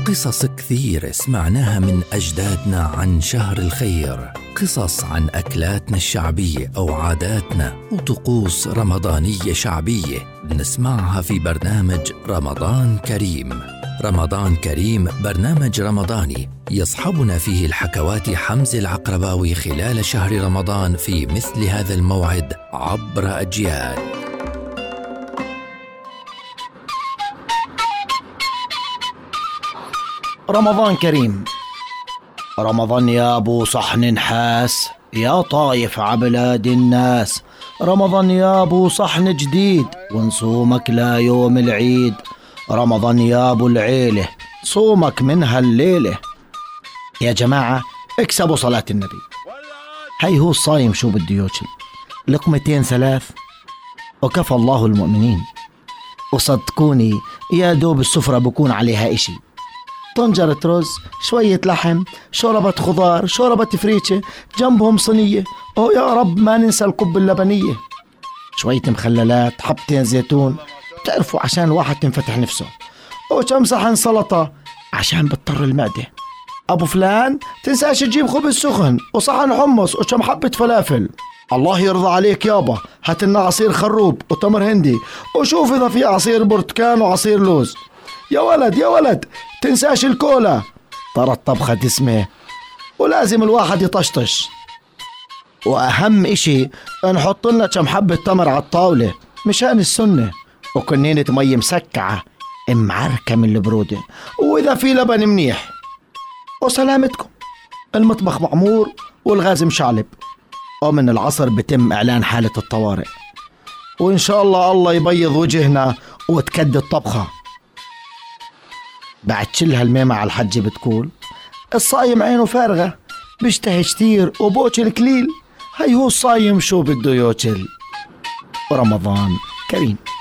قصص كثير سمعناها من أجدادنا عن شهر الخير، قصص عن أكلاتنا الشعبية أو عاداتنا وطقوس رمضانية شعبية بنسمعها في برنامج رمضان كريم. رمضان كريم برنامج رمضاني يصحبنا فيه الحكواتي حمزة العقرباوي خلال شهر رمضان في مثل هذا الموعد عبر أجيال. رمضان كريم. رمضان يا أبو صحن نحاس، يا طايف عبلاد الناس. رمضان يا أبو صحن جديد، ونصومك لا يوم العيد. رمضان يا أبو العيلة، صومك من هالليلة. يا جماعة اكسبوا صلاة النبي. هاي هو الصايم شو بده يوكل، لقمتين ثلاث وكفى الله المؤمنين. وصدقوني يا دوب السفرة بكون عليها إشي، طنجرة رز، شوية لحم، شوربة خضار، شوربة فريتشة، جنبهم صينية، يا رب ما ننسى القب اللبنية، شوية مخللات، حبتين زيتون، تعرفوا عشان الواحد تنفتح نفسه، وكم صحن سلطة عشان بتطر المعدة. أبو فلان تنساش تجيب خبز سخن وصحن حمص وكم حبة فلافل. الله يرضى عليك يابا، هات لنا عصير خروب وتمر هندي، وشوف إذا في عصير برتقان وعصير لوز. يا ولد يا ولد تنساش الكولا، ترى الطبخة دسمة ولازم الواحد يطشطش. وأهم إشي نحط لنا كم حبة تمر على الطاولة مشان السنة، وكنينة مي مسكعة معركة من البرودة، وإذا في لبن منيح. وسلامتكم، المطبخ معمور والغاز مشعلب، ومن العصر بتم إعلان حالة الطوارئ. وإن شاء الله يبيض وجهنا وتكد الطبخة. بعد شلها الميمة على الحجة بتقول الصايم عينه فارغة، بيشتهي كتير وبوكل كليل. هاي هو الصايم شو بده يوكل. رمضان كريم.